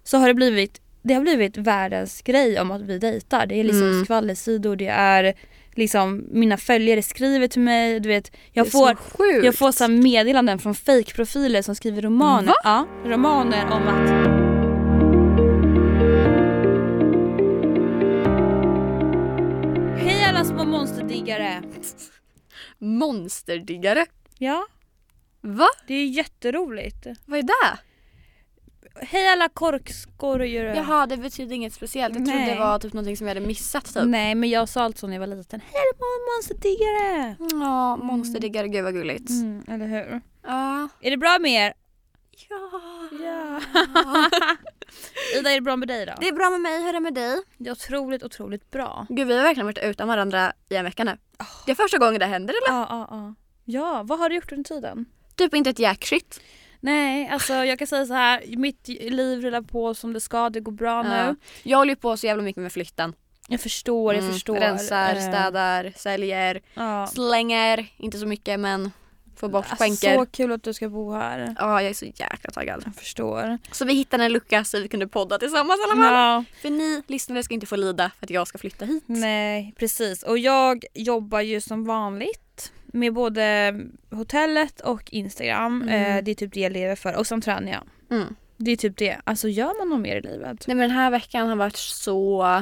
så har det har blivit världens grej om att vi dejtar. Det är liksom skvallersidor, det är liksom mina följare skriver till mig, du vet, jag får så meddelanden från fake-profiler som skriver romaner. Va? Ja, romaner om att hej alla små monsterdiggare. Monsterdiggare? Ja, Va? det är jätteroligt. Vad är det? Hej alla korkskorgare. Jaha, det betyder inget speciellt. Jag trodde det var typ någonting som jag hade missat typ. Nej, men jag sa alltså när jag var liten. Hej monsterdiggare. Ja, monsterdiggare, gud vad gulligt. Eller hur? Ja. Är det bra med er? Ja. Ida, är det bra med dig då? Det är bra med mig, hur är det med dig? Det är otroligt bra. Gud, vi har verkligen varit utan varandra i en vecka nu. Det är första gången det händer, eller? Ja, vad har du gjort under tiden? Typ inte ett jackshit. Nej, alltså jag kan säga så här, mitt liv rullar på som det ska, det går bra nu. Jag håller ju på så jävla mycket med flytten. Jag förstår. Rensar, städar, säljer, slänger, inte så mycket men får bort skänker. Så kul att du ska bo här. Ja, jag är så jäkla taggad. Jag förstår. Så vi hittade en lucka så vi kunde podda tillsammans i alla fall. Ja. För ni lyssnare ska inte få lida för att jag ska flytta hit. Nej, precis. Och jag jobbar ju som vanligt med både hotellet och Instagram. Det är typ det jag lever för. Och sen tränar jag. Det är typ det. Alltså gör man något mer i livet? Nej, men den här veckan har varit så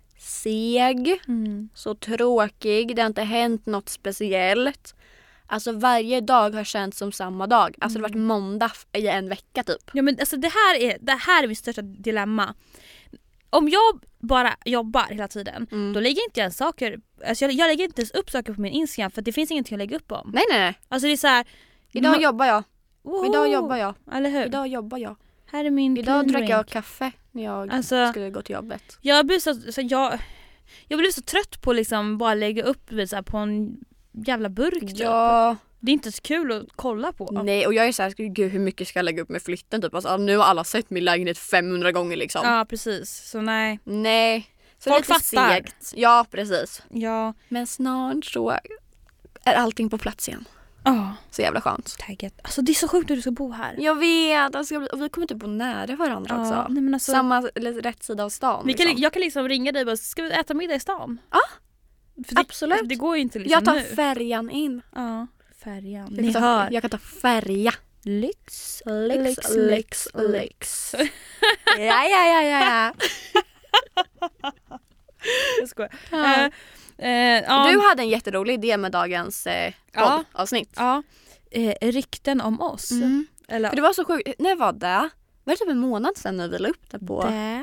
seg. Så tråkig. Det har inte hänt något speciellt. Alltså varje dag har känts som samma dag. Alltså det har varit måndag i en vecka typ. Ja, men alltså det här är mitt största dilemma. Om jag bara jobbar hela tiden, då lägger inte jag saker, alltså jag lägger inte ens upp saker på min Instagram för det finns ingenting att lägga upp om. Nej. Alltså det är så här, idag jobbar jag. Wow. Idag jobbar jag. Eller hur? Idag jobbar jag. Här är min idag drack jag kaffe när jag skulle gå till jobbet. Jag blir jag blir så trött på liksom bara lägga upp så här, på en jävla burk typ. Ja. Det är inte så kul att kolla på. Nej, och jag är så här, gud hur mycket ska jag lägga upp med flytten typ. Alltså, nu har alla sett min lägenhet 500 gånger liksom. Ja, precis. Så nej. Så folk lite fattar. Segt. Ja, precis. Ja. Men snart så är allting på plats igen. Så jävla skönt. Tagget. Alltså det är så sjukt att du ska bo här. Jag vet. Och vi kommer inte bo nära varandra också. Nej, men alltså, samma rätt sida av stan. Jag kan liksom ringa dig och bara, ska vi äta middag i stan? Ja, för absolut. Det går ju inte liksom jag tar nu. Färjan in. Ja, färjan. Jag kan ta färja. Lyx. Ja. Jag skojar. Du hade en jätterolig idé med dagens poddavsnitt. Ja. Rykten om oss. Eller, för det var så sjukt. När var det? Var det typ en månad sedan när vi la upp det på?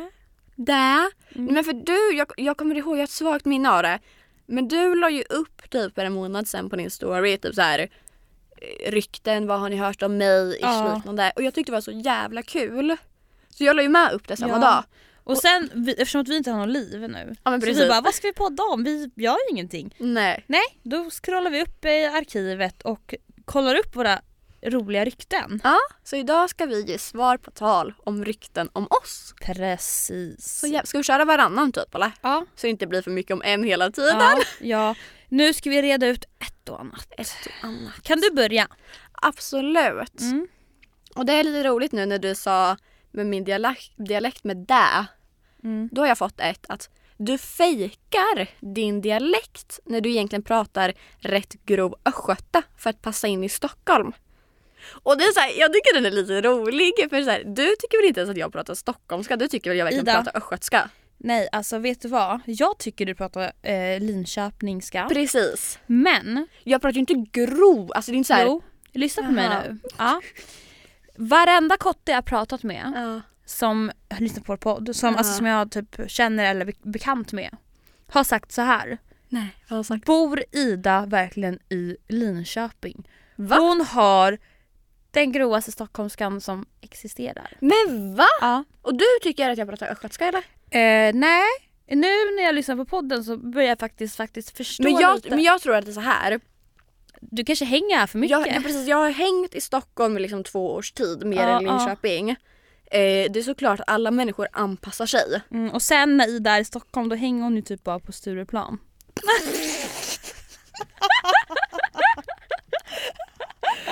Men för du, jag kommer ihåg, jag har ett svagt minne av det. Men du la ju upp typ en månad sedan på din story typ så här rykten, vad har ni hört om mig i slutande. Och jag tyckte det var så jävla kul. Så jag la ju med upp det samma dag. Och sen, eftersom att vi inte har någon liv nu, så vi bara, vad ska vi podda om? Vi gör ju ingenting. Nej, då scrollar vi upp i arkivet och kollar upp våra roliga rykten. Ja, så idag ska vi ge svar på tal om rykten om oss. Precis. Så ska vi köra varannan typ, eller? Ja. Så det inte blir för mycket om en hela tiden. Ja. Nu ska vi reda ut ett och annat. Kan du börja? Absolut. Och det är lite roligt nu när du sa med min dialekt med det. Då har jag fått att du fejkar din dialekt när du egentligen pratar rätt grov östgöta för att passa in i Stockholm. Och det är så här, jag tycker den är lite rolig för så här, du tycker väl inte ens att jag pratar stockholmska, du tycker väl jag verkligen pratar östgötska. Nej, alltså vet du vad? Jag tycker du pratar linköpingska. Precis. Men jag pratar ju inte grov, alltså det är inte så här. Jo, lyssna på mig nu. Ja. Varenda kotte jag pratat med som lyssnar på vår podd, som jag typ känner eller bekant med, har sagt så här. Nej, vad har sagt? Bor Ida verkligen i Linköping? Va? Hon har den grovaste stockholmskan som existerar. Men va? Ja. Och du tycker att jag pratar östgötska eller? Nej. Nu när jag lyssnar på podden så börjar jag faktiskt förstå lite. Men jag tror att det är så här. Du kanske hänger här för mycket. Precis, jag har hängt i Stockholm i liksom 2 års tid, mer än Linköping. Det är såklart att alla människor anpassar sig. Och sen när Ida är i Stockholm, då hänger hon ju typ bara på Stureplan.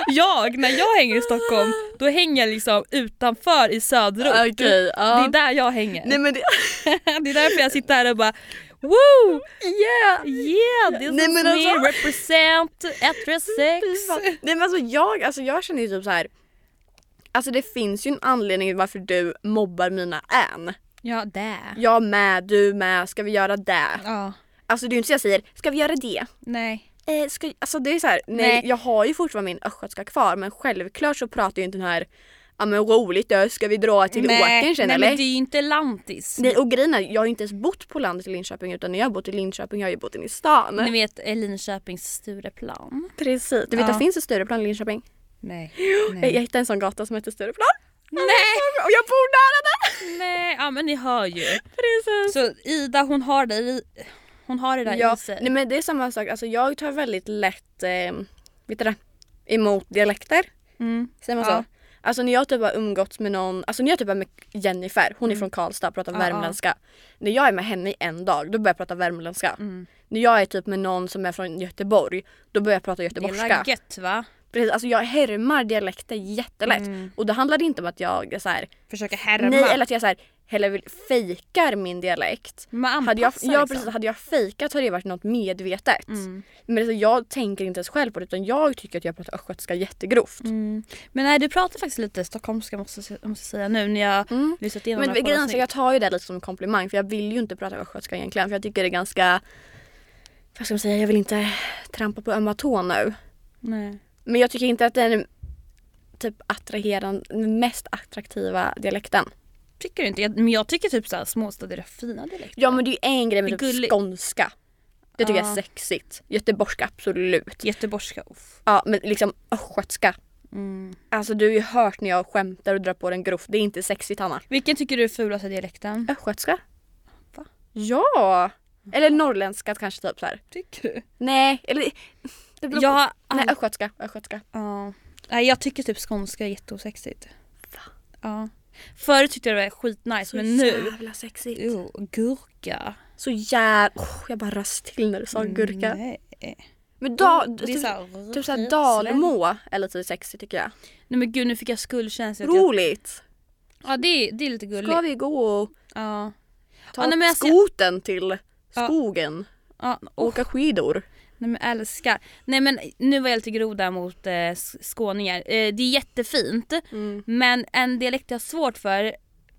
När jag hänger i Stockholm, då hänger jag liksom utanför i söderort. Okay, Det är där jag hänger. Nej, men det är därför jag sitter här och bara woo! Yeah, this is me, represent 136. Nej, men jag känner ju typ så här. Alltså det finns ju en anledning varför du mobbar mina än. Ja, det. Jag med, du med, ska vi göra det? Ja. Alltså det är ju inte så jag säger, ska vi göra det? Nej. Alltså det är så här, nej, jag har ju fortfarande min östgötska kvar, men självklart så pratar ju inte den här, ja men roligt då, ska vi dra till åkern sen eller? Nej, men det är ju inte lantis. Nej, och grejen är, jag har inte ens bott på landet i Linköping, utan när jag har bott i Linköping har jag ju bott i stan. Ni vet Linköpings Stureplan. Precis, du vet att det finns ett Stureplan i Linköping? Nej. Jag hittade en sån gata som heter Stureplan. Nej. Och jag bor nära där. Nej, ja men ni hör ju. Precis. Så Ida, hon har det där i sig. Nej, men det är samma sak, alltså jag tar väldigt lätt vet du det, emot dialekter. Säger man så? Alltså när jag typ har umgåtts med någon, alltså när jag typ är med Jennifer, hon är från Karlstad, pratar värmländska. När jag är med henne i en dag, då börjar jag prata värmländska. När jag är typ med någon som är från Göteborg, då börjar jag prata göteborgska. Det är gött, va? Precis, alltså jag härmar dialekter jättelätt. Och det handlar inte om att jag är så här, försöker härma. Nej, eller att jag så här, heller fejkar min dialekt. Hade jag fejkat hade det varit något medvetet. Men alltså, jag tänker inte ens själv på det, utan jag tycker att jag pratar östgötska jättegrovt. Men nej, du pratar faktiskt lite stockholmska måste jag säga nu när jag lyssnat igenom. Men grejen, jag tar ju det lite som en komplimang, för jag vill ju inte prata östgötska egentligen, för jag tycker det är ganska, vad ska man säga, jag vill inte trampa på ömma tå nu. Nej. Men jag tycker inte att det är typ mest attraktiva dialekten. Tycker du inte? Men jag tycker typ såhär småstäder är fina dialekter. Ja, men det är ju en grej med typ skånska. Det tycker jag är sexigt. Göteborgska, absolut. Göteborgska, Ja, men liksom östgötska. Alltså du har ju hört när jag skämtar och drar på den grovt. Det är inte sexigt, Hanna. Vilken tycker du är fulaste dialekten? Östgötska. Va? Ja. Eller norrländska kanske typ så här. Tycker du? Nej, eller nej, östgötska. Ja. Nej, jag tycker typ skånska är jätteosexigt. Va? Ja. Förut tyckte jag det var skitnice, men nu jävla sexigt. Gurka. Så jävla jag bara röst till när du sa gurka. Nej. Men det är typ såhär dalmå är lite sexigt tycker jag. Nej men gud, nu fick jag skuldkänsla. Roligt. Ja, det är lite gulligt. Ska vi gå och ta skoten till skogen? Ja. Åka skidor. Nej men älskar. Nej men nu var jag lite grov där mot skåningar. Det är jättefint. Men en dialekt jag har svårt för.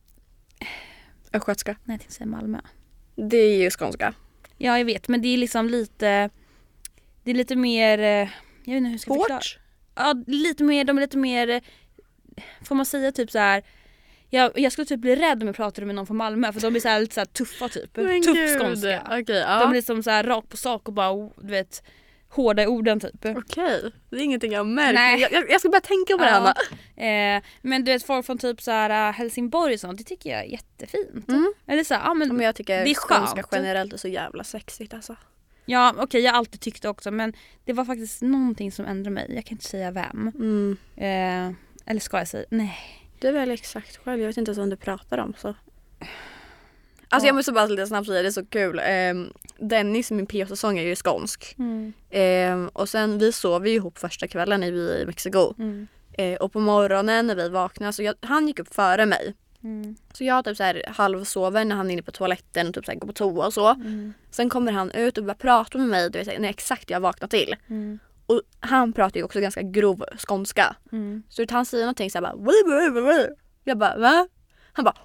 Östgötska. Nej, jag tänkte säga Malmö. Det är ju skånska. Ja, jag vet, men det är liksom lite. Det är lite mer. Jag vet inte hur jag ska förklara. Ja, lite mer. De är lite mer. Får man säga typ så här. Jag skulle typ bli rädd om jag pratade med någon från Malmö, för de blir så här lite så här tuffa typ. Tuff skånska. Okay, ja. De är liksom så här rakt på sak och bara, du vet, hårda i orden typ. Okej, det är ingenting jag märker. Jag ska bara tänka på det här. Men du vet, folk från typ så här Helsingborg och sånt, det tycker jag är jättefint. Eller så här, men jag tycker det är skånska generellt är så jävla sexigt alltså. Ja, okej, jag har alltid tyckt också, men det var faktiskt någonting som ändrade mig. Jag kan inte säga vem. Eller ska jag säga? Nej. Det är väl exakt själv. Jag vet inte ens om du pratar om så. Alltså jag måste bara lite snabbt säga, det är så kul. Dennis, min PO-säsong, är ju skånsk. Och sen vi sov ihop första kvällen i Mexiko. Och på morgonen när vi vaknade, så han gick upp före mig. Så jag typ så här halvsover när han är inne på toaletten och typ så här går på toa och så. Sen kommer han ut och börjar prata med mig, du vet, när exakt jag vaknar till. Och han pratar ju också ganska grov skånska. Så han säger någonting så här bara. Jag bara, va? Han bara.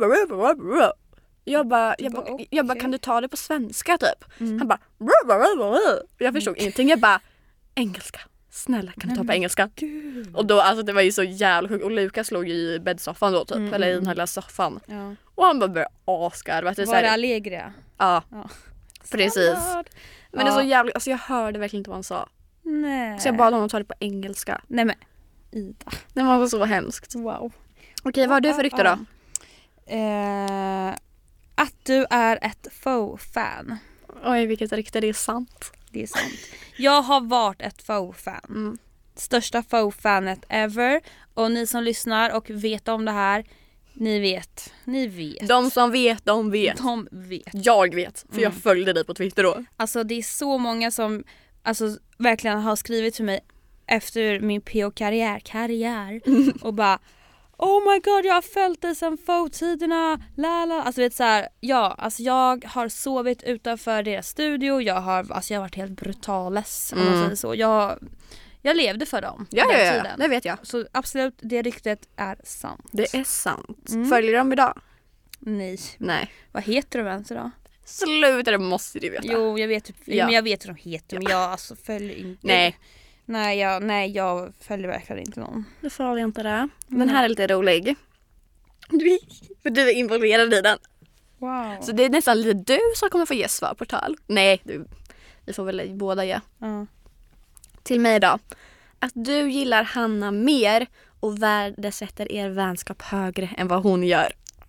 Jag bara, kan du ta det på svenska typ? Han bara. Jag förstod ingenting. Jag bara, engelska. Snälla, kan du ta på engelska? Gud. Och då, alltså det var ju så jävla sjukt. Och Lukas låg i bäddsoffan då typ. Eller i den här lilla soffan. Ja. Och han bara började asgarva. Var det Allegria? Ja. Precis. Men det är så jävla, alltså jag hörde verkligen inte vad han sa. Nej. Så jag bad honom ta det på engelska. Nej men Ida. Det var så hemskt. Wow. Okej, vad har du för rykte då? Att du är ett faux-fan. Oj, vilket rykte, det är sant. Det är sant. Jag har varit ett faux-fan. Största faux-fanet ever. Och ni som lyssnar och vet om det här, ni vet. De som vet, de vet. Jag vet, för jag följde dig på Twitter då. Alltså det är så många som verkligen har skrivit till mig efter min PO-karriär och bara oh my god, jag har följt dig sedan FO-tiderna, lala. Alltså vet så här, ja, alltså jag har sovit utanför deras studio. Jag har varit helt brutales om man säger så. Jag levde för dem. Ja, det vet jag. Så absolut, det ryktet är sant. Det är sant. Följer de idag? Nej. Vad heter de ens idag? Sluta, det måste du veta. Jo, jag vet men jag vet hur de heter, men jag alltså följer inte. Nej, jag följer verkligen inte någon. Du följer inte det. Den här är lite rolig. För du är involverad i den. Wow. Så det är nästan lite du som kommer få ge svar på tal. Nej, vi får väl båda ge. Till mig då. Att du gillar Hanna mer och värdesätter er vänskap högre än vad hon gör.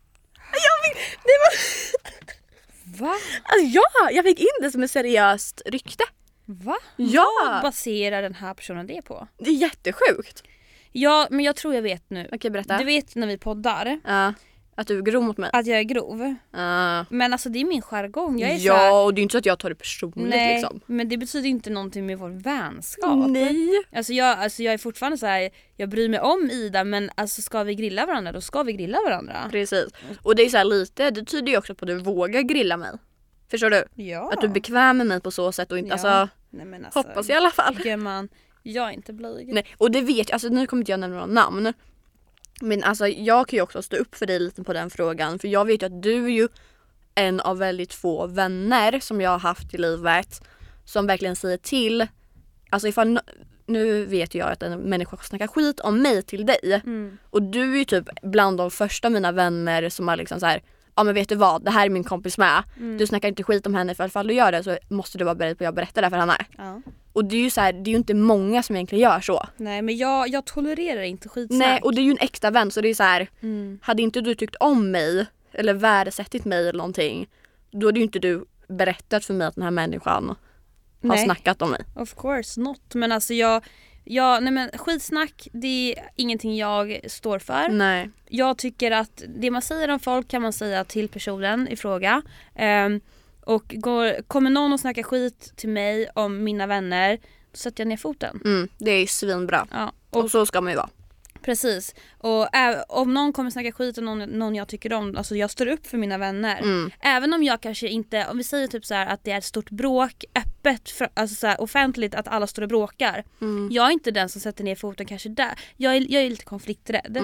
Va? Alltså, jag fick in det som ett seriöst rykte. Va? Ja. Vad baserar den här personen det på? Det är jättesjukt. Ja, men jag tror jag vet nu. Okej, berätta. Du vet när vi poddar. Att du är grov mot mig. Att jag är grov. Men alltså det är min jargong. Jag är ja, så här, och det är inte så att jag tar det personligt. Nej, liksom. Men det betyder inte någonting med vår vänskap. Nej. Alltså jag är fortfarande så här, jag bryr mig om Ida, men alltså ska vi grilla varandra, då ska vi grilla varandra. Precis. Och det är så här lite, det tyder ju också på att du vågar grilla mig. Förstår du? Ja. Att du är bekväm med mig på så sätt och inte, alltså, hoppas i alla fall. Jag är inte blyg. Nej, och det vet jag, alltså nu kommer inte jag nämna några namn. Men alltså jag kan ju också stå upp för dig lite på den frågan. För jag vet ju att du är ju en av väldigt få vänner som jag har haft i livet som verkligen säger till. Alltså ifall, nu vet jag att en människa snackar skit om mig till dig. Och du är ju typ bland de första mina vänner som har liksom så här, ja men vet du vad, det här är min kompis med. Du snackar inte skit om henne, för ifall du gör det så måste du vara beredd på att jag berättar det för henne. Ja. Och det är ju så här, det är ju inte många som egentligen gör så. Nej, men jag tolererar inte skitsnack. Nej, och det är ju en extra vän, så det är så här, hade inte du tyckt om mig eller värdesättit mig eller någonting, då hade ju inte du berättat för mig att den här människan har snackat om mig. Of course not. Men alltså nej men skitsnack, det är ingenting jag står för. Nej. Jag tycker att det man säger om folk kan man säga till personen i fråga. Och kommer någon och snacka skit till mig om mina vänner, då sätter jag ner foten. Det är ju svinbra. Ja, och så ska man ju vara. Precis. Och om någon kommer snacka skit om någon jag tycker om, alltså jag står upp för mina vänner. Även om jag kanske inte, om vi säger typ så här att det är ett stort bråk öppet, alltså så här, offentligt, att alla står och bråkar. Jag är inte den som sätter ner foten kanske där. Jag är lite konflikträdd.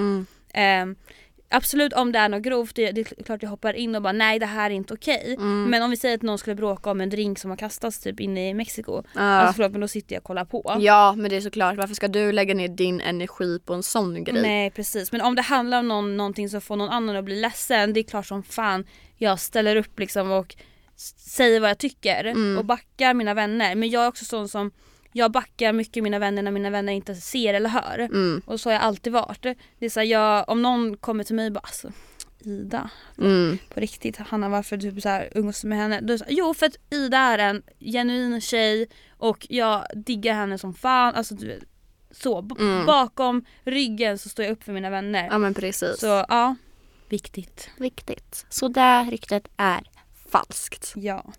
Absolut, om det är något grovt, det är klart jag hoppar in och bara nej, det här är inte okej. Men om vi säger att någon skulle bråka om en drink som har kastats typ inne i Mexiko, alltså förlåt, men då sitter jag och kollar på. Ja, men det är såklart, varför ska du lägga ner din energi på en sån grej? Nej, precis. Men om det handlar om någonting som får någon annan att bli ledsen, det är klart som fan jag ställer upp liksom och säger vad jag tycker och backar mina vänner. Men jag är också sån som jag backar mycket mina vänner när mina vänner inte ser eller hör. Och så har jag alltid varit. Det är så här, om någon kommer till mig och bara, alltså, Ida, på riktigt, Hanna, varför du så här umgås med henne? Då, jo, för att Ida är en genuin tjej och jag diggar henne som fan. Alltså, du vet, så bakom ryggen så står jag upp för mina vänner. Ja, men precis. Så ja, viktigt. Så det riktigt är falskt. Ja.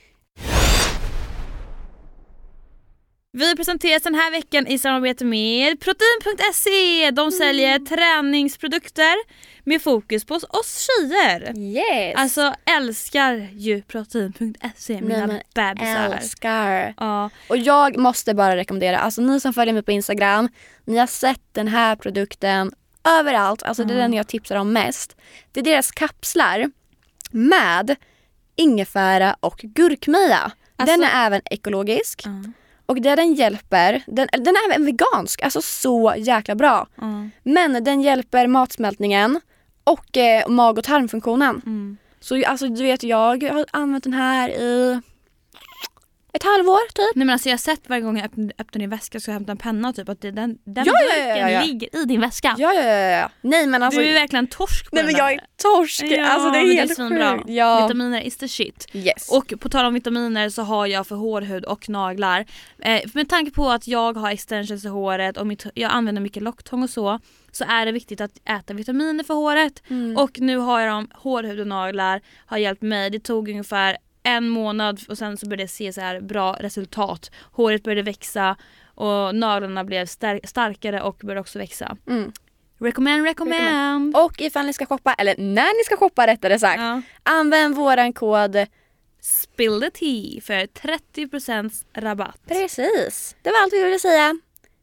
Vi presenteras den här veckan i samarbete med Protein.se. De säljer träningsprodukter med fokus på oss tjejer. Yes. Alltså älskar ju Protein.se, mina bebisar. Älskar. Ja. Och jag måste bara rekommendera, alltså ni som följer mig på Instagram, ni har sett den här produkten överallt. Alltså det är den jag tipsar om mest. Det är deras kapslar med ingefära och gurkmeja. Alltså, den är även ekologisk. Och det den hjälper, den är även vegansk, alltså så jäkla bra. Men den hjälper matsmältningen och mag- och tarmfunktionen. Så alltså, du vet, jag har använt den här i ett halvår typ. Nej, men alltså jag har sett varje gång jag öppnar din väska så jag hämtar en penna och typ att den burken ligger i din väska. Ja. Nej, men alltså, du är verkligen torsk på nej, men jag är torsk. Ja, alltså det är helt sjukt. Ja. Vitaminer is the shit. Yes. Och på tal om vitaminer så har jag för hårhud och naglar. Med tanke på att jag har extensions i håret och jag använder mycket locktång och så är det viktigt att äta vitaminer för håret. Och nu har jag hårhud och naglar har hjälpt mig. Det tog ungefär 1 månad och sen så började jag se så här bra resultat. Håret började växa Och naglarna blev starkare och började också växa. Recommend. Och ifall ni ska shoppa, eller när ni ska shoppa rättare sagt, använd våran kod Spill the tea för 30% rabatt. Precis, det var allt vi ville säga.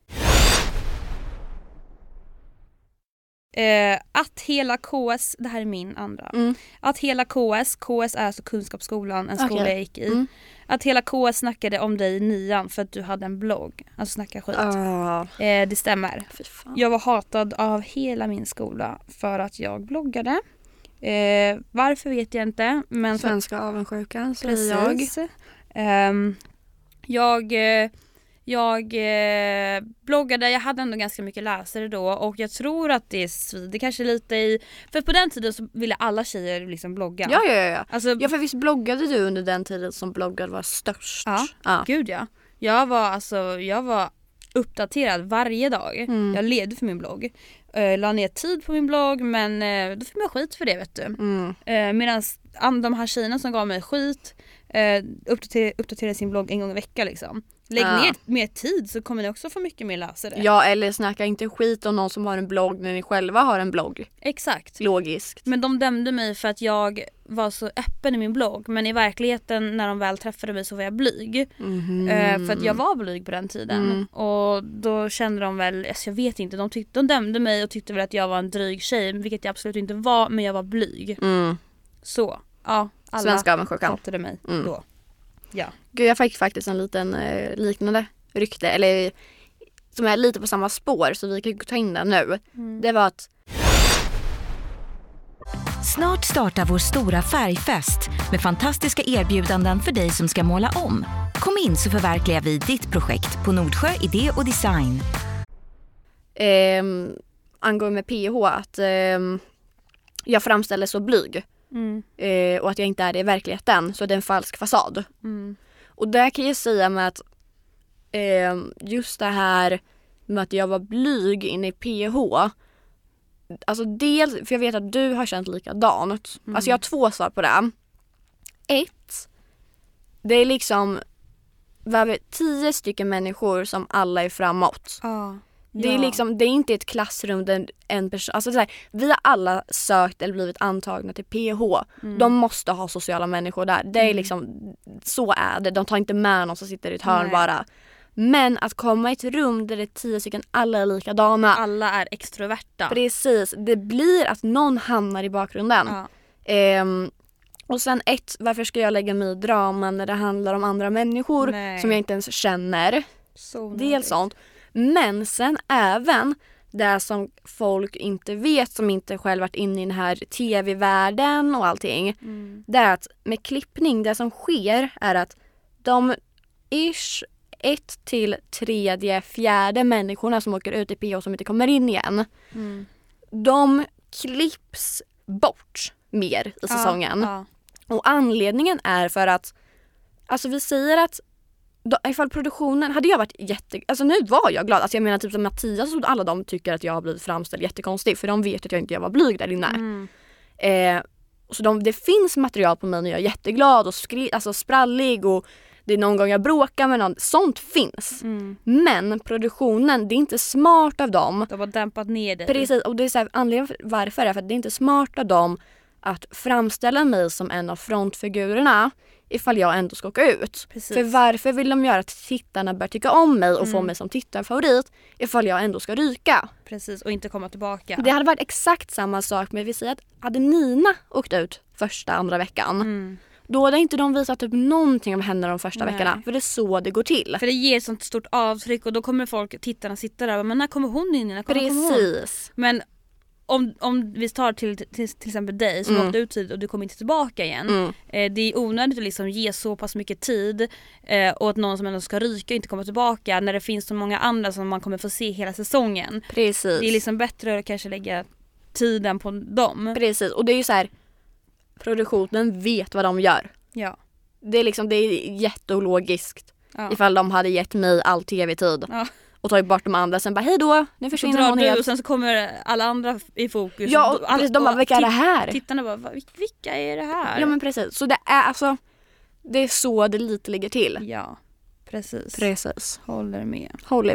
Att hela KS, det här är min andra. Att hela KS är alltså Kunskapsskolan, en skola jag gick i. Att hela KS snackade om dig i 9:an för att du hade en blogg. Alltså snacka skit. Det stämmer. Jag var hatad av hela min skola för att jag bloggade. Varför vet jag inte. Men svenska avundsjukan, säger jag. Jag bloggade, jag hade ändå ganska mycket läsare då och jag tror att det svider kanske lite i, för på den tiden så ville alla tjejer liksom blogga. Ja. Alltså, för visst bloggade du under den tiden som bloggar var störst? Ja, gud ja. Jag var uppdaterad varje dag. Jag levde för min blogg. La ner tid på min blogg, men då fick man skit för det, vet du. Medan de här tjejerna som gav mig skit uppdaterade sin blogg en gång i veckan liksom. Lägg ner mer tid så kommer ni också få mycket mer läsare. Ja, eller snacka inte skit om någon som har en blogg när ni själva har en blogg. Exakt. Logiskt. Men de dömde mig för att jag var så öppen i min blogg. Men i verkligheten när de väl träffade mig så var jag blyg. För att jag var blyg på den tiden. Och då kände de väl, alltså jag vet inte, de dömde mig och tyckte väl att jag var en dryg tjej. Vilket jag absolut inte var, men jag var blyg. Så, ja. Alla svenska avundsjukan hatade mig då. Ja. Gud, jag fick faktiskt en liten liknande rykte, eller som är lite på samma spår, så vi kan ta in den nu. Det var att snart startar vår stora färgfest med fantastiska erbjudanden för dig som ska måla om. Kom in så förverkligar vi ditt projekt på Nordsjö Idé och Design. Angående med PH att jag framställer så blyg. Och att jag inte är det i verkligheten, så det är en falsk fasad. Och där kan jag säga med att just det här med att jag var blyg inne i PH, alltså dels, för jag vet att du har känt likadant. Alltså jag har 2 svar på det. 1, det är liksom 10 stycken människor som alla är framåt. Det är liksom, det är inte ett klassrum där en person, alltså så här, vi har alla sökt eller blivit antagna till PH. De måste ha sociala människor där. Det är liksom, så är det. De tar inte med någon som sitter i ett hörn bara. Men att komma i ett rum där det är 10 stycken, alla är likadana. Alla är extroverta. Precis, det blir att någon hamnar i bakgrunden. Och sen varför ska jag lägga mig i drama när det handlar om andra människor som jag inte ens känner? Det är sånt. Men sen även det som folk inte vet, som inte själv varit inne i den här tv-världen och allting. Det är att med klippning, det som sker är att de 1 till 3:e, 4:e människorna som åker ut i PH som inte kommer in igen, de klipps bort mer i säsongen. Och anledningen är för att, alltså vi säger att ifall produktionen, hade jag varit alltså nu var jag glad, alltså jag menar typ som Mattias och alla de tycker att jag har blivit framställd jättekonstigt, för de vet att jag var blyg där inne. Så det finns material på mig när jag är jätteglad och alltså sprallig, och det är någon gång jag bråkar med någon, sånt finns. Men produktionen, det är inte smart av dem. De har dämpat ner det. Precis, och det är så här, anledningen varför är för att det är inte smart av dem att framställa mig som en av frontfigurerna ifall jag ändå ska åka ut. Precis. För varför vill de göra att tittarna börjar tycka om mig och få mig som tittarfavorit ifall jag ändå ska ryka? Precis, och inte komma tillbaka. Det hade varit exakt samma sak, men vi säger att hade Nina åkt ut andra veckan, då hade inte de visat typ någonting om henne de första veckorna. För det är så det går till. För det ger ett sånt stort avtryck, och då kommer tittarna sitta där. Men när kommer hon in? Precis. Men om vi tar till exempel dig som åkte ut tid och du kommer inte tillbaka igen. Det är onödigt att liksom ge så pass mycket tid åt någon som ändå ska ryka och inte komma tillbaka, när det finns så många andra som man kommer få se hela säsongen. Precis. Det är liksom bättre att kanske lägga tiden på dem. Precis, och det är ju så här, produktionen vet vad de gör. Ja. Det är liksom, det är jätteologiskt ifall de hade gett mig all tv-tid. Ja. Och tar bort de andra, sen bara hej då, nu försvinner hon helt. Och sen så kommer alla andra i fokus. Ja, och de bara, vilka är det här? Tittarna bara, vilka är det här? Ja, men precis. Så det är alltså, det är så det lite ligger till. Ja. Precis. Håller med.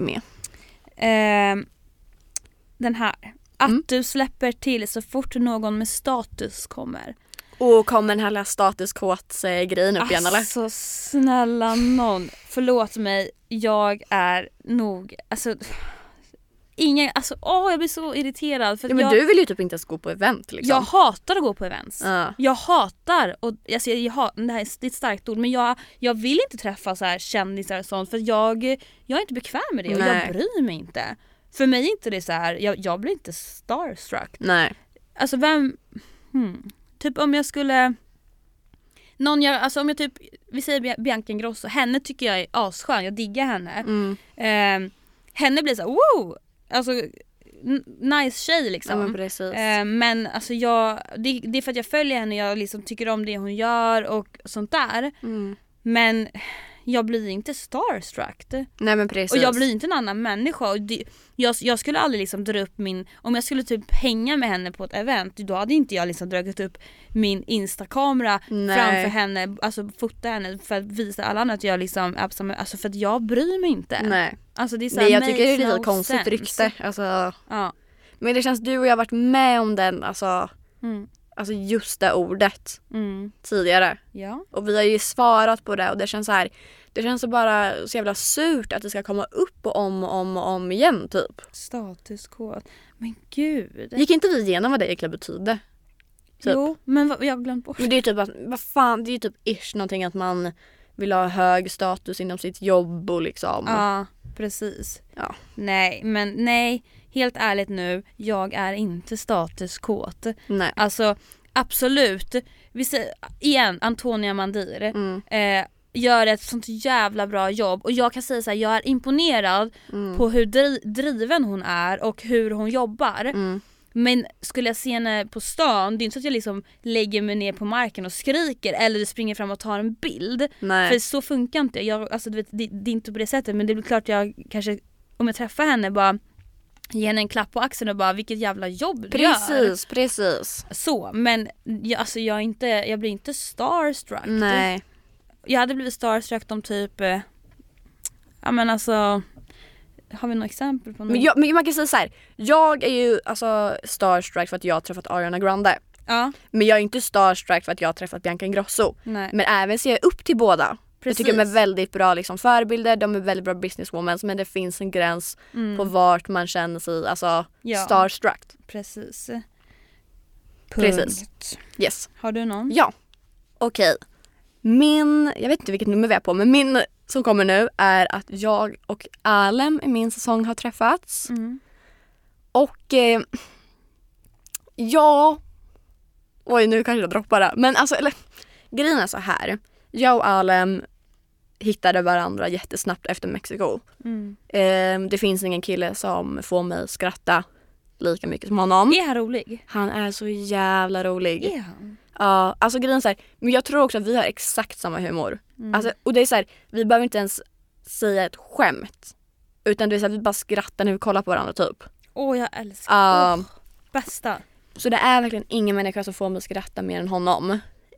Den här. Att du släpper till så fort någon med status kommer. Och kommer den här statuskåts-grejen upp igen eller? Alltså snälla någon. Förlåt mig. Jag är nog... jag blir så irriterad för men du vill ju typ inte ens gå på event liksom. Jag hatar att gå på events. Jag hatar och det här är ett starkt ord, men jag vill inte träffa så här kändisar och sånt för jag är inte bekväm med det. Nej. Och jag bryr mig inte. För mig är inte det så här, jag blir inte starstruck. Nej. Alltså typ om jag skulle vi säger Bianca Ingrosso, henne tycker jag är asskön, jag diggar henne. Henne blir så här, wow! Alltså nice tjej liksom. Ja, men precis. Men alltså det är för att jag följer henne, jag liksom tycker om det hon gör och sånt där. Men jag blir inte starstruck. Nej men precis. Och jag blir inte en annan människa. Och jag skulle aldrig liksom dra upp om jag skulle typ hänga med henne på ett event, då hade inte jag liksom dragit upp min Insta-kamera framför henne, alltså fota henne för att visa alla andra att jag liksom alltså för att jag bryr mig inte. Nej. Alltså det är så nej, jag tycker det är lite konstigt rykte. Alltså, ja. Men det känns, du och jag har varit med om den alltså just det ordet tidigare. Ja. Och vi har ju svarat på det och det känns så här, det känns så bara så jävla surt att det ska komma upp och om igen typ. Statuskod. Men gud. Gick inte vi igenom vad det egentligen betydde? Typ. Jo, men jag har glömt bort. Men det är ju typ att, det är ju typ någonting att man vill ha hög status inom sitt jobb och liksom. Ja, precis. Ja. Nej, helt ärligt nu, jag är inte statuskåt. Nej. Alltså, absolut. Vi säger igen, Antonia Mandir. Gör ett sånt jävla bra jobb. Och jag kan säga så här, jag är imponerad på hur driven hon är och hur hon jobbar. Men skulle jag se henne på stan, det är inte så att jag liksom lägger mig ner på marken och skriker eller springer fram och tar en bild. Nej. För så funkar inte alltså, du vet, det är inte på det sättet, men det är klart jag kanske, om jag träffar henne, bara ge henne en klapp på axeln och bara, vilket jävla jobb du gör. Precis. Så, men jag blir inte starstruck. Nej. Jag hade blivit starstruck om typ har vi några exempel på något? Men man kan säga så här, jag är ju alltså starstruck för att jag har träffat Ariana Grande. Ja. Men jag är inte starstruck för att jag har träffat Bianca Ingrosso. Nej. Men även ser jag upp till båda. Precis. Jag tycker de är väldigt bra liksom, förebilder, de är väldigt bra businesswomen, men det finns en gräns på vart man känner sig starstruck. Precis. Precis. Yes. Har du någon? Ja. Okej. Jag vet inte vilket nummer vi är på, men min som kommer nu är att jag och Alem i min säsong har träffats. Och oj, nu kanske jag droppar det. Men alltså, grejen är så här. Jag och Alem hittade varandra jättesnabbt efter Mexiko. Det finns ingen kille som får mig skratta lika mycket som honom. Är han rolig? Han är så jävla rolig. Är han? Ja, alltså grejen är så här, men jag tror också att vi har exakt samma humor. Alltså, och det är så här, vi behöver inte ens säga ett skämt, utan det är så här, vi bara skrattar när vi kollar på varandra typ. Jag älskar. Bästa. Så det är verkligen ingen människa som får mig skratta mer än honom.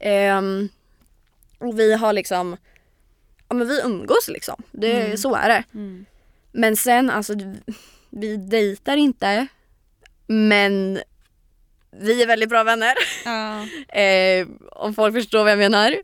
Och vi har liksom, men vi umgås liksom. Så är det. Men sen alltså, vi dejtar inte, men vi är väldigt bra vänner. Om folk förstår vad jag menar.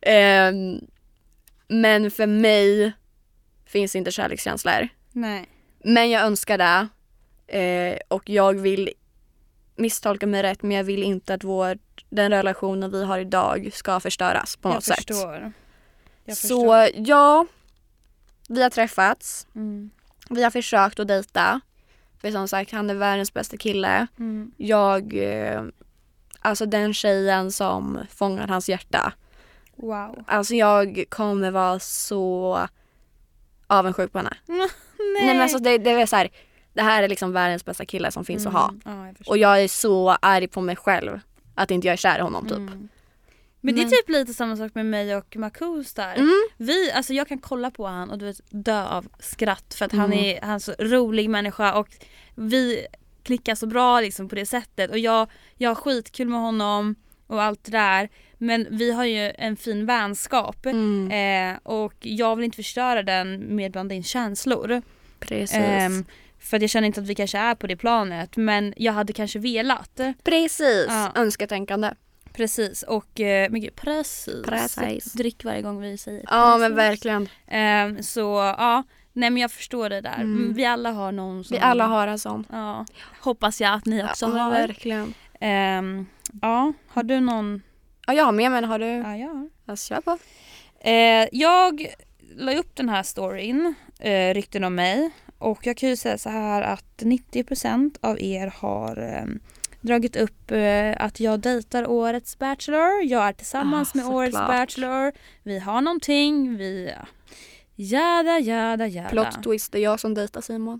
Men för mig finns inte kärlekskänslor. Nej. Men jag önskar det. Och jag vill misstolka mig rätt, men jag vill inte att den relationen vi har idag ska förstöras på något sätt. Jag förstår. Så ja, vi har träffats. Vi har försökt att dejta. För som sagt, han är världens bästa kille. Jag, alltså den tjejen som fångar hans hjärta. Wow. Alltså jag kommer vara så avundsjuk på henne. Nej men alltså det är så här, det här är liksom världens bästa kille som finns att ha. Och jag är så arg på mig själv att inte jag är kär i honom typ. Men det är typ lite samma sak med mig och Marcus där. Alltså jag kan kolla på han och du vet, dö av skratt för att han är så rolig människa och vi klickar så bra liksom på det sättet och jag har skitkul med honom och allt det där. Men vi har ju en fin vänskap och jag vill inte förstöra den med bland in känslor. Precis. För att jag känner inte att vi kanske är på det planet, men jag hade kanske velat. Precis, önsketänkande. Precis, och men gud, precis. Drick varje gång vi säger ja, precis. Men verkligen. Så ja, nej men jag förstår det där. Vi alla har någon som... Vi alla har en sån. Ja, hoppas jag att ni också har. Ja, verkligen. Ja, har du någon... Ja, jag har med, men har du... Ja, jag har. Jag kör på. Jag la upp den här storyn, rykten om mig. Och jag kan ju säga så här att 90% av er har dragit upp att jag dejtar årets bachelor. Jag är tillsammans med årets bachelor. Vi har någonting. Vi... Jada. Plot twist, det är jag som dejtar Simon.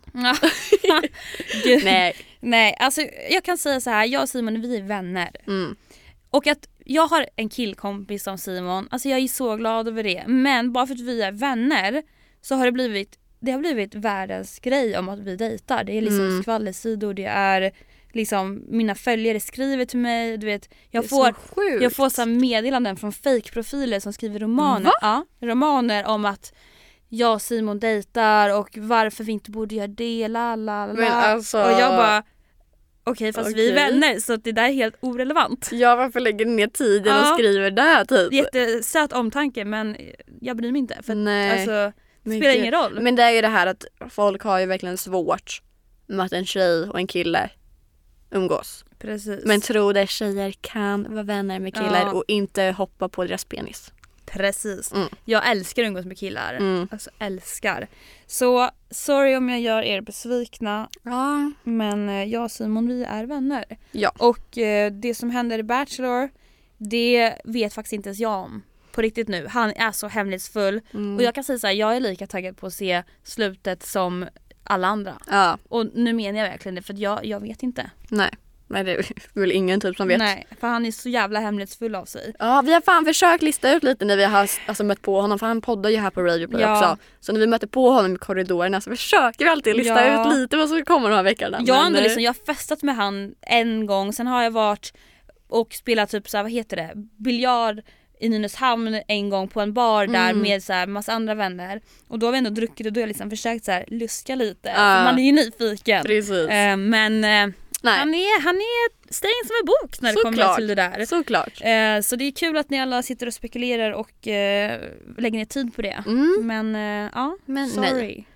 Nej, alltså jag kan säga så här. Jag och Simon, vi är vänner. Och att jag har en killkompis som Simon. Alltså jag är så glad över det. Men bara för att vi är vänner så har det har blivit världens grej om att vi dejtar. Det är liksom skvallersidor, det är liksom mina följare skriver till mig, du vet, jag får så meddelanden från fake-profiler som skriver romaner. Ja, romaner om att jag och Simon dejtar och varför vi inte borde göra det, Men alltså... Och jag bara okej, fast vi är vänner så att det där är helt orelevant. Ja, varför lägger ni ner tiden och skriver där typ? Jättesöt omtanke, men jag bryr mig inte för att, alltså, det spelar ingen roll. Men det är ju det här att folk har ju verkligen svårt med att en tjej och en kille umgås. Precis. Men tror det tjejer kan vara vänner med killar och inte hoppa på deras penis. Precis. Jag älskar att umgås med killar. Alltså älskar. Så sorry om jag gör er besvikna. Ja. Men jag och Simon, vi är vänner. Ja. Och det som händer i Bachelor, det vet faktiskt inte ens jag om. På riktigt nu. Han är så hemlighetsfull. Och jag kan säga så här, jag är lika taggad på att se slutet som alla andra. Ja. Och nu menar jag verkligen det, för att jag vet inte. Nej. Men det är väl ingen typ som vet. Nej, för han är så jävla hemlighetsfull av sig. Ja, vi har fan försökt lista ut lite när vi har mött på honom. För han poddar ju här på Radio Play också. Så när vi möter på honom i korridorerna så försöker vi alltid lista ut lite vad som kommer de här veckorna. Jag har festat med han en gång. Sen har jag varit och spelat typ så här, vad heter det? Biljard i Nynäshamn en gång på en bar där med så här massa andra vänner. Och då har vi ändå druckit och då har jag liksom försökt så här luska lite. För man är ju nyfiken. Precis. Nej. Han är sträng som en bok när det kommer till det där. Såklart. Så det är kul att ni alla sitter och spekulerar och lägger ner tid på det. Men ja, sorry.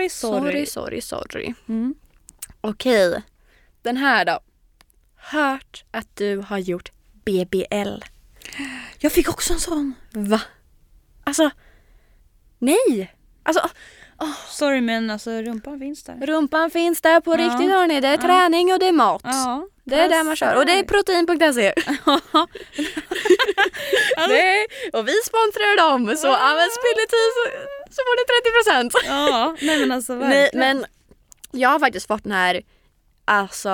Sorry. Okej. Den här då. Hört att du har gjort BBL. Jag fick också en sån. Va? Alltså, nej. Alltså, sorry, men alltså rumpan finns där. Rumpan finns där på riktigt, hörni. Det är träning och det är mat. Ja, det är där man kör. Och det är protein.se. Nej, och vi sponsrar dem. Så använd spilletid så får du 30%. Ja, nej men alltså verkligen. Men jag har faktiskt fått den här alltså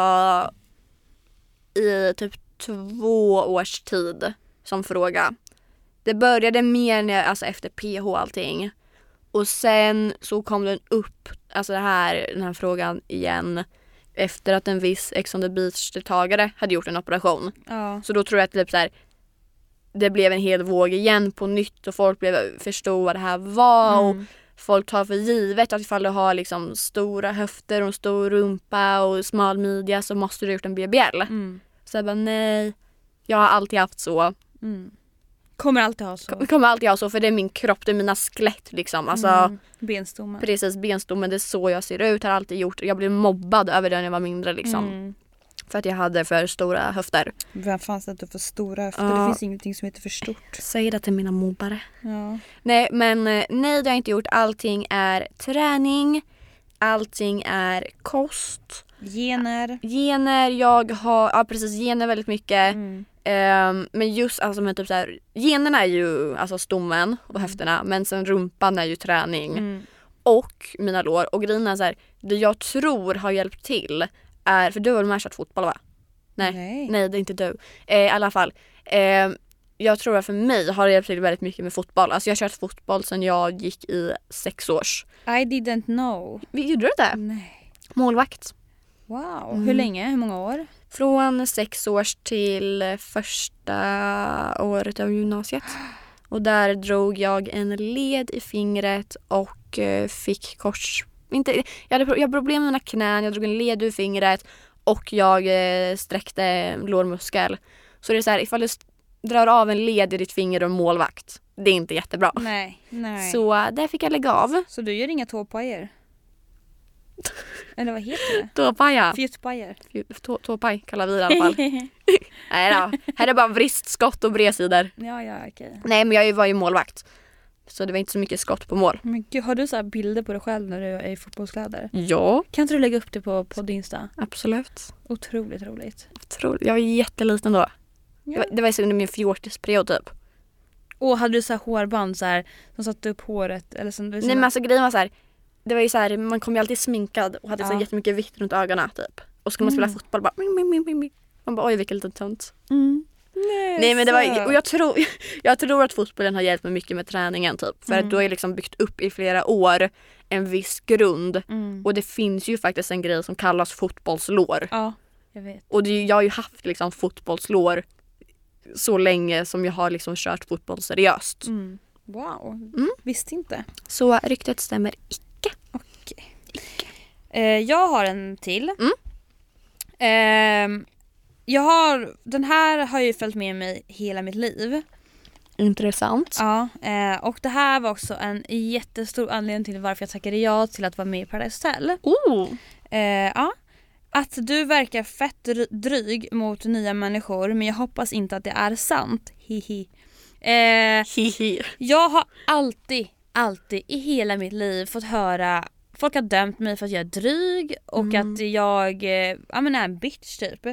i typ 2 års tid som fråga. Det började mer när, efter PH och allting. Och sen så kom den upp, alltså den här frågan igen efter att en viss Ex on the Beach-deltagare hade gjort en operation. Ja. Så då tror jag att typ så här, det blev en hel våg igen på nytt och folk förstod vad det här var och folk tar för givet att ifall du har liksom stora höfter och en stor rumpa och smal midja så måste du ha gjort en BBL. Så jag bara nej, jag har alltid haft så. Kommer alltid ha så. För det är min kropp, det är mina skelett liksom. Alltså, benstommen. Precis, benstommen, det är så jag ser ut. Har alltid gjort. Jag blev mobbad över det när jag var mindre liksom. För att jag hade för stora höfter. Vem fanns det för stora höfter? Det finns ingenting som heter för stort. Säg det till mina mobbare. Ja. Nej, men nej, det har jag inte gjort. Allting är träning. Allting är kost. Gener. Jag har, precis, gener väldigt mycket. Men just med typ så här, generna är ju alltså stommen och höfterna, men sen rumpan är ju träning och mina lår. Och grejen är så här, det jag tror har hjälpt till är, för du har väl kört fotboll, va? Nej, det är inte du. I alla fall, jag tror att för mig har det hjälpt till väldigt mycket med fotboll. Alltså jag har kört fotboll sedan jag gick i 6 års. I didn't know. Gjorde du det? Nej. Målvakt. Wow, hur länge? Hur många år? Från 6 års till första året av gymnasiet. Och där drog jag en led i fingret och fick jag hade problem med mina knän, jag drog en led ur fingret och jag sträckte lårmuskel. Så det är så här, ifall du drar av en led i ditt finger och målvakt, det är inte jättebra. Nej. Så där fick jag lägga av. Så du gör inga tåpajer? Eller vad heter det? Tåpaja. Fjuttpajer. Tåpaj kallar vi det i alla fall. Nej då. Här är bara vristskott och bredsidor. Ja, okej. Nej, men jag var ju målvakt. Så det var inte så mycket skott på mål. Men gud, har du så här bilder på dig själv när du är i fotbollskläder? Ja. Kan inte du lägga upp det på Insta? Absolut. Otroligt roligt. Jag var jätteliten då. Ja. Det var så under min fjortisperiod typ. Och hade du så här hårband så här, som satte upp håret? Eller som, Nej, men alltså grejen var så här. Det var ju så här, man kom ju alltid sminkad och hade så jättemycket vitt runt ögonen typ. Och så skulle man spela fotboll bara man bara oj vilken liten tönt. Nej men det var, och jag tror att fotbollen har hjälpt mig mycket med träningen typ. För att du har ju liksom byggt upp i flera år en viss grund. Och det finns ju faktiskt en grej som kallas fotbollslår. Ja, jag vet. Och jag har ju haft liksom fotbollslår så länge som jag har liksom kört fotboll seriöst. Wow, visste inte. Så ryktet stämmer icke. Okej. Jag har en till. Den här har ju följt med mig hela mitt liv. Intressant. Ja, och det här var också en jättestor anledning till varför jag tackade ja till att vara med i Paradise Hotel. Ja. Att du verkar fett dryg mot nya människor, men jag hoppas inte att det är sant. Hihi. Jag har alltid i hela mitt liv fått höra folk har dömt mig för att jag är dryg och att jag är en bitch typ.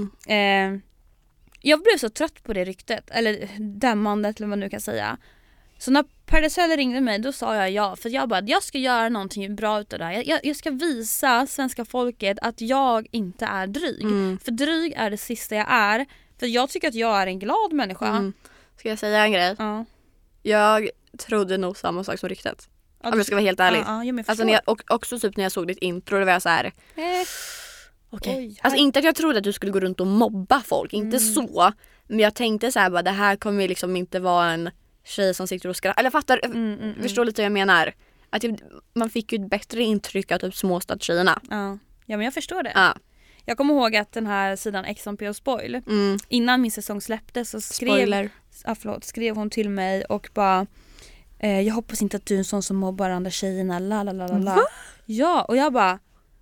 Jag blev så trött på det ryktet, eller dömandet eller vad man nu kan säga. Så när Paradise Hotel ringde mig, då sa jag ja. För jag bara, jag ska göra någonting bra utav det här. Jag ska visa svenska folket att jag inte är dryg. För dryg är det sista jag är. För jag tycker att jag är en glad människa. Ska jag säga en grej? Ja. Jag trodde nog samma sak som ryktet. Om jag ska vara helt ärlig. Alltså och också typ när jag såg ditt intro, det var jag så här. Okej. Alltså inte att jag trodde att du skulle gå runt och mobba folk, inte så. Men jag tänkte så här bara, det här kommer liksom inte vara en tjej som sitter och skrattar. Eller fattar, förstår lite vad jag menar. Att man fick ju ett bättre intryck av typ småstadstjejerna. Ja, men jag förstår det. Jag kommer ihåg att den här sidan XMP och Spoil, innan min säsong släpptes så skrev hon till mig och bara jag hoppas inte att du är en sån som mobbar andra tjejerna. La. Ja, och jag bara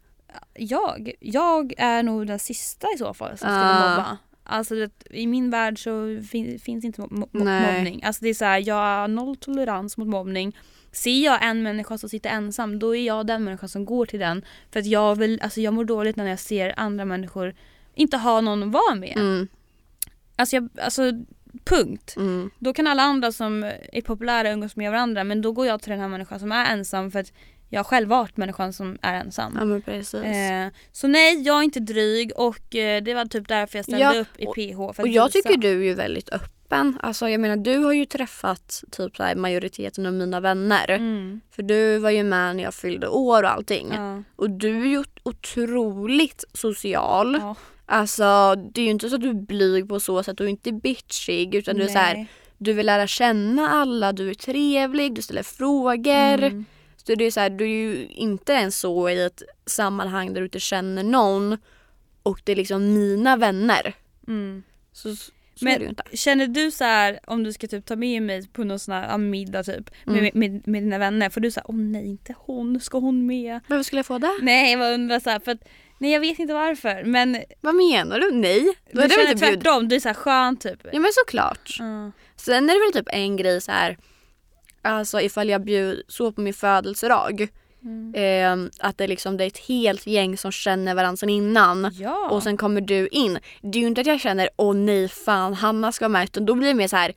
jag är nog den sista i så fall som skulle mobba. Alltså i min värld så finns inte mobbning. Alltså det är så här, jag har noll tolerans mot mobbning. Ser jag en människa som sitter ensam, då är jag den människan som går till den. För att jag mår dåligt när jag ser andra människor inte ha någon att vara med. Alltså punkt. Då kan alla andra som är populära umgås med varandra, men då går jag till den här människan som är ensam för att jag har själv varit människan som är ensam. Ja, men precis. Så nej, jag är inte dryg och det var typ därför jag ställde upp i PH. För att och jag tycker du är ju väldigt öppen. Alltså jag menar, du har ju träffat typ så här, majoriteten av mina vänner. För du var ju med när jag fyllde år och allting. Och du är ju otroligt social. Alltså det är ju inte så att du är blyg på så sätt, du är inte bitchig, utan du är så här, du vill lära känna alla, du är trevlig, du ställer frågor. Så det är så här, du är ju inte ens så i ett sammanhang där du inte känner någon och det är liksom mina vänner. Så men är det ju inte. Känner du så här, om du ska typ ta med mig på någon sån här middag typ med dina vänner, för du så här, nej inte hon, ska hon med? Varför skulle jag få det? Nej, jag undrar så här, för att nej, jag vet inte varför, men vad menar du? Nej. Du känner tvärtom, du är så här skön typ. Ja, men såklart. Sen är det väl typ en grej så här, alltså ifall jag så på min födelsedag att det liksom, det är ett helt gäng som känner varandra sedan innan och sen kommer du in. Det är ju inte att jag känner, åh nej fan, Hanna ska vara med, utan då blir det mer så här,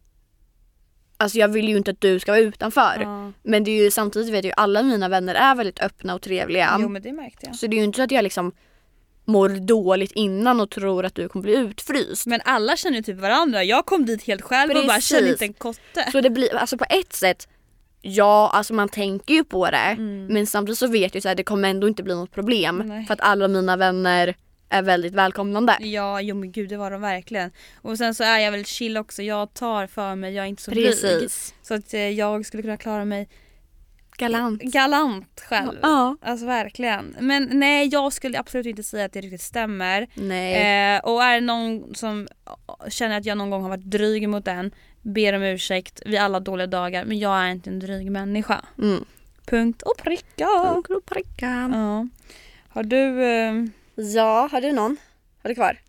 alltså jag vill ju inte att du ska vara utanför. Men det är ju samtidigt, vet ju, alla mina vänner är väldigt öppna och trevliga. Jo, men det märkte jag. Så det är ju inte så att jag liksom mår dåligt innan och tror att du kommer bli utfryst. Men alla känner ju typ varandra. Jag kom dit helt själv och bara kände inte en kotte. Så det blir, alltså på ett sätt, ja, alltså man tänker ju på det. Men samtidigt så vet jag så här, det kommer ändå inte bli något problem. För att alla mina vänner är väldigt välkomnande. Ja, jo men gud, det var de verkligen. Och sen så är jag väldigt chill också. Jag tar för mig, jag är inte så Precis. blyg. Så att jag skulle kunna klara mig galant själv. Ja. Alltså verkligen. Men nej, jag skulle absolut inte säga att det riktigt stämmer. Nej. Och är det någon som känner att jag någon gång har varit dryg mot den, ber om ursäkt. Vi alla dåliga dagar, men jag är inte en dryg människa. Punkt och pricka. Ja. Har du... Ja, har du någon? Har du kvar?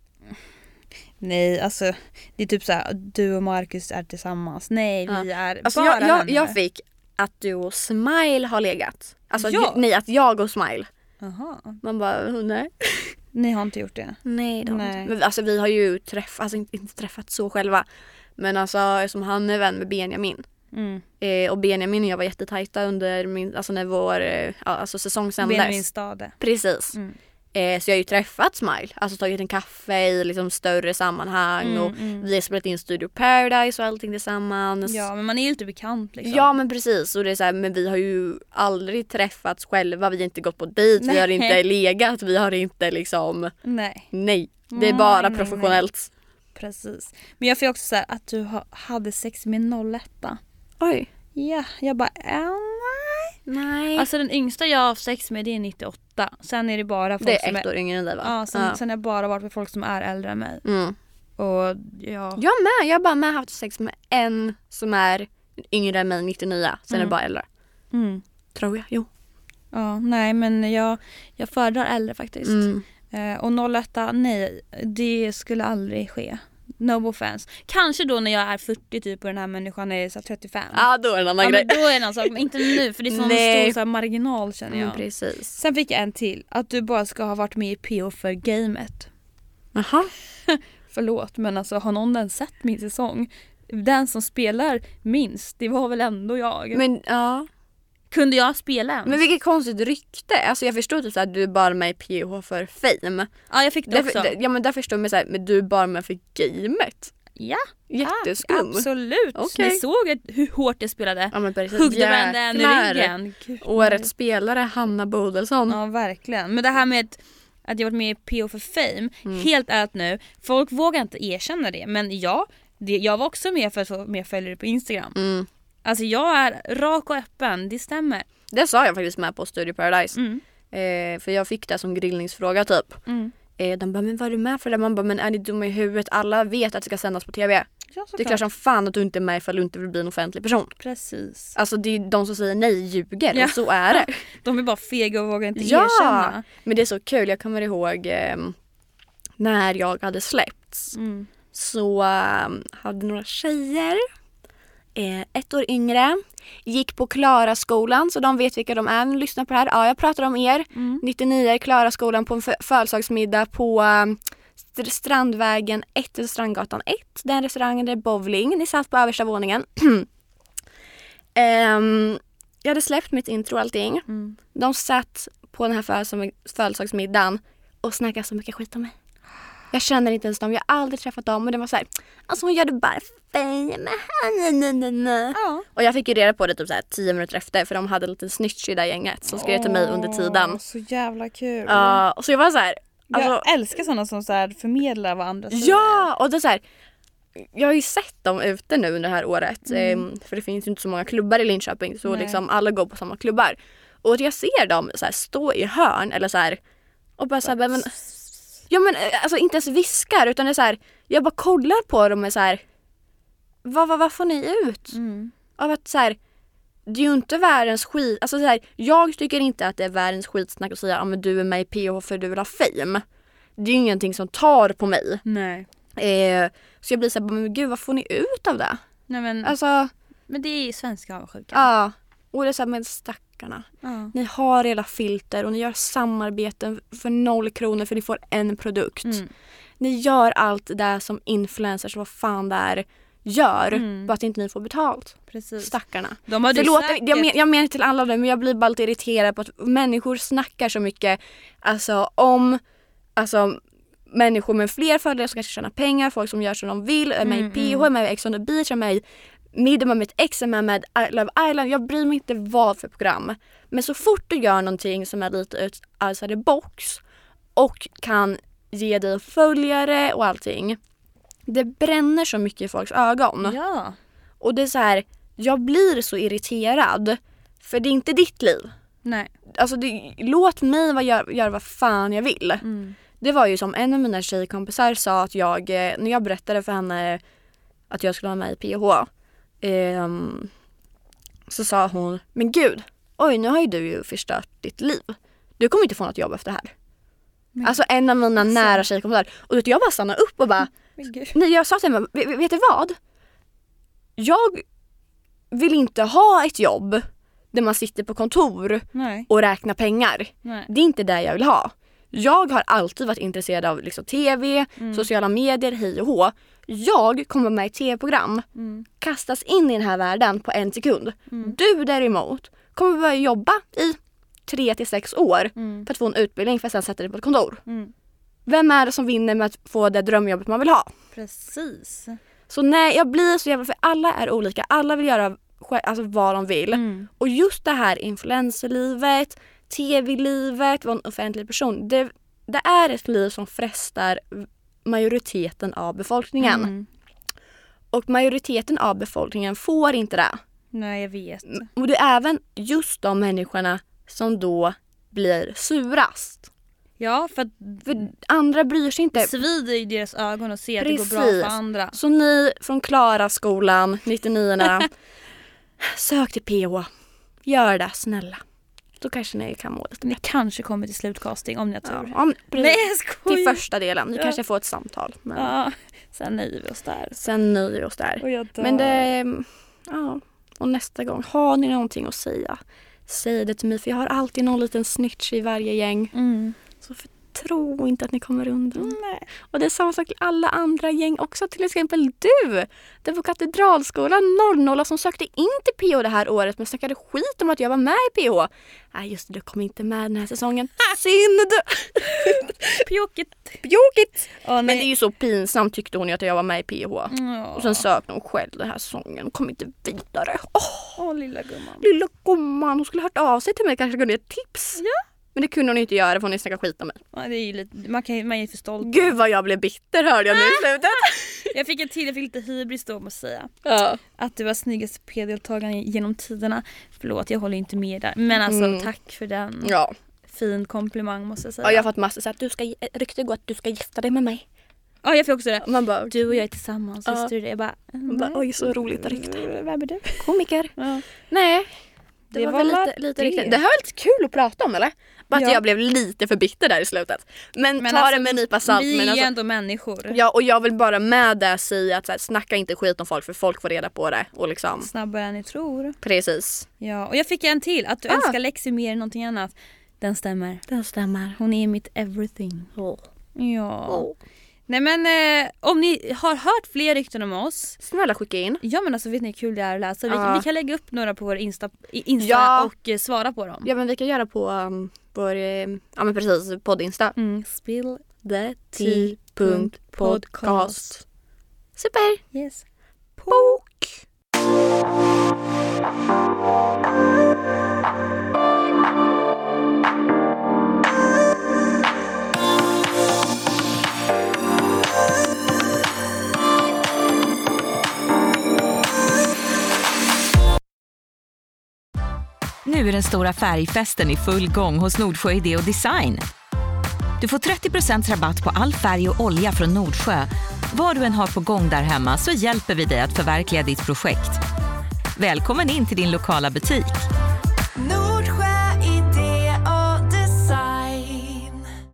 Nej, alltså det är typ så här, du och Marcus är tillsammans. Nej, vi är alltså, bara jag fick att du och Smile har legat. Alltså ja. att jag och Smile. Aha. Man bara, nej. Ni har inte gjort det? Nej. Men, alltså vi har ju inte träffat så själva. Men alltså som han är vän med Benjamin. Och Benjamin och jag var jättetajta under när vår säsongsändes. Benjamin stad. Precis. Så jag har ju träffat Smile. Alltså tagit en kaffe i liksom större sammanhang. Och vi har spelat in Studio Paradise och allting tillsammans. Ja, men man är ju lite bekant liksom. Ja, men precis. Och det är så här, men vi har ju aldrig träffats själva. Vi har inte gått på dejt. Vi har inte legat. Vi har inte liksom... Nej. Det är bara professionellt. Precis. Men jag fick också säga att du hade sex med 01. Oj. Ja, jag bara, nej. Alltså den yngsta jag har haft sex med, det är 98. Sen är det bara folk som är... Det är ett år yngre än dig, va? Ja, sen har jag bara varit med folk som är äldre än mig. Och ja... Jag har bara haft sex med en som är yngre än mig, 99. Sen är det bara äldre. Tror jag, jo. Ja, nej men jag föredrar äldre faktiskt. Och 01, nej, det skulle aldrig ske. No offense. Kanske då när jag är 40 typ och den här människan är så 35. Ja, då är det en annan grej. Men då är det en annan sak, men inte nu för det är sån stor så här marginal känner jag. Precis. Sen fick jag en till, att du bara ska ha varit med i PO för gamet. Jaha. Förlåt, men alltså har någon den sett min säsong? Den som spelar minst, det var väl ändå jag. Men ja. Kunde jag spela ens? Men vilket konstigt rykte. Alltså jag förstod typ att du är bara med i PH för fame. Ja, jag fick det också. Ja, men där förstod jag såhär, men du är bara med för gamet. Ja. Jätteskum. Absolut. Okay. Ni såg hur hårt jag spelade. Ja, men precis. Huggde varandra i ryggen. Årets spelare, Hanna Bodelsson. Ja, verkligen. Men det här med att jag varit med i PO för fame, helt ärligt nu, folk vågar inte erkänna det. Men jag var också med för att få mer följare på Instagram. Alltså jag är rak och öppen, det stämmer. Det sa jag faktiskt med på Studio Paradise. För jag fick det som grillningsfråga typ. De bara, men vad är du med för det? Man bara, men är ni dumma i huvudet? Alla vet att det ska sändas på tv. Ja, det är klart som fan att du inte är med ifall du inte vill bli en offentlig person. Precis. Alltså det är de som säger nej ljuger, och så är det. De är bara fega och vågar inte erkänna. Men det är så kul, jag kommer ihåg när jag hade släppts. Så hade några tjejer, 1 år yngre, gick på Klara-skolan, så de vet vilka de är. Lyssna på det här. Ja, jag pratar om er. 99 Klara-skolan på en födelsedagsmiddag på Strandvägen 1 eller Strandgatan 1. Den restaurangen där är bowling. Ni satt på översta våningen. Jag hade släppt mitt intro och allting. De satt på den här födelsedagsmiddagen och snackade så mycket skit om mig. Jag känner inte ens dem, jag har aldrig träffat dem. Och det var så här, alltså hon gör det bara fame. Ja. Och jag fick ju reda på det typ så här 10 minuter efter. För de hade lite snitch i det gänget som skrev till mig under tiden. Så jävla kul. Och så jag var så här, alltså, jag älskar sådana som så här förmedlar vad andra säger. Ja, och det är så här, jag har ju sett dem ute nu under det här året. För det finns ju inte så många klubbar i Linköping. Så liksom alla går på samma klubbar. Och jag ser dem så här, stå i hörn eller så här, och bara så här, men... Ja, men alltså inte ens viskar, utan det är så här, jag bara kollar på dem och så här, vad får ni ut? Av att så här, det är ju inte världens skit, alltså så här, jag tycker inte att det är världens skitsnack att säga, men du är med i PH för du vill ha fame. Det är ju ingenting som tar på mig. Nej. Så jag blir så här, men gud, vad får ni ut av det? Nej, men alltså, men det är svenska avsjuka. Ja, och det är så här med stackarna. Ni har hela filter och ni gör samarbeten för 0 kronor för ni får en produkt. Ni gör allt det som influencers, vad fan det är, gör, bara att inte ni får betalt. Precis. Stackarna. Jag menar till alla det, men jag blir bara lite irriterad på att människor snackar så mycket om människor med fler följare som kanske tjänar pengar, folk som gör som de vill, är med i PH, är med i Ex on the Beach, är med i Middag med mitt ex, är med Love Island. Jag bryr mig inte vad för program. Men så fort du gör någonting som är lite outside the box och kan ge dig följare och allting. Det bränner så mycket i folks ögon. Ja. Och det är så här, jag blir så irriterad. För det är inte ditt liv. Nej. Alltså låt mig göra vad fan jag vill. Det var ju som en av mina tjejkompisar sa att när jag berättade för henne att jag skulle vara med i PH. Så sa hon, men gud, oj, nu har ju du ju förstört ditt liv. Du kommer inte få något jobb efter det här. Men, alltså en av mina nära tjejkompisar. Och jag bara stannade upp och bara, nej, jag sa till henne, vet du vad? Jag vill inte ha ett jobb där man sitter på kontor och räknar pengar. Nej. Det är inte det jag vill ha. Jag har alltid varit intresserad av liksom tv, sociala medier, hej och hå. Jag kommer med i ett tv-program, kastas in i den här världen på 1 sekund. Du däremot kommer börja jobba i 3 till 6 år för att få en utbildning för att sen sätta dig på ett kontor. Vem är det som vinner med att få det drömjobbet man vill ha? Precis. Så nej, jag blir så jävla, för alla är olika. Alla vill göra alltså vad de vill. Och just det här influencerlivet, tv-livet, vara en offentlig person. Det är ett liv som frestar majoriteten av befolkningen. Och majoriteten av befolkningen får inte det. Nej, jag vet. Och det är även just de människorna som då blir surast. Ja, för andra bryr sig inte. Svider i deras ögon och ser att det går bra för andra. Så ni från Klara-skolan, 99-orna, sök till PH. Gör det, snälla. Då kanske ni kan må lite. Ni kanske kommer till slutcasting om ni har tur. Ja, nej, jag skojar. Till första delen. Ni kanske får ett samtal. Men... Ja, sen nöjer vi oss där. Men det... Ja. Och nästa gång, har ni någonting att säga? Säg det till mig, för jag har alltid någon liten snitch i varje gäng. Så tro inte att ni kommer undan. Nej. Och det är samma sak till alla andra gäng också. Till exempel du. Det var Katedralskolan 00 som sökte in till PH det här året men snackade skit om att jag var med i PH. Nej, just det, du kom inte med den här säsongen. Synd! Pjåkigt! Men det är ju så pinsamt, tyckte hon ju, att jag var med i PH. Och sen sökte hon själv den här säsongen. Kom inte vidare. Lilla gumman. Lilla gumman. Hon skulle ha hört av sig till mig. Kanske kunde ge ett tips. Ja. Men det kunde hon inte göra, för hon snackade skit om mig. Ja, det är ju lite, man är för stolt. Gud vad jag blev bitter, hörde jag nu i slutet. Jag fick lite hybris då, måste säga. Ja. Att du var snyggaste P-deltagaren genom tiderna. Förlåt, jag håller inte med där. Men alltså, tack för den. Ja. Fin komplimang, måste jag säga. Ja, jag har fått massor så att rykte gå att du ska gifta dig med mig. Ja, jag fick också det. Man bara, du och jag är tillsammans, visste du det? Jag bara, oj, så roligt rykte. Vem är du? Komiker. Ja. Nej. Det var väl lite riktigt. Det här var lite kul att prata om, eller? Bara att jag blev lite för bitter där i slutet. Men ta alltså, det med en nypa salt. Vi är alltså, ändå människor. Ja, och jag vill bara med det säga att så här, snacka inte skit om folk, för folk får reda på det. Och liksom. Snabbare än ni tror. Precis. Ja, och jag fick en till. Att du älskar Lexi mer än någonting annat. Den stämmer. Hon är mitt everything. Ja. Nej, men om ni har hört fler rykten om oss, snälla skicka in. Ja, men alltså, vet ni hur kul det är att läsa. Vi kan lägga upp några på vår Insta och svara på dem. Ja, men vi kan göra på vår precis, podd-Insta. Spill the tea.podcast. Super. Yes. Pok. Nu är den stora färgfesten i full gång hos Nordsjö Idé och Design. Du får 30% rabatt på all färg och olja från Nordsjö. Vad du än har på gång där hemma, så hjälper vi dig att förverkliga ditt projekt. Välkommen in till din lokala butik.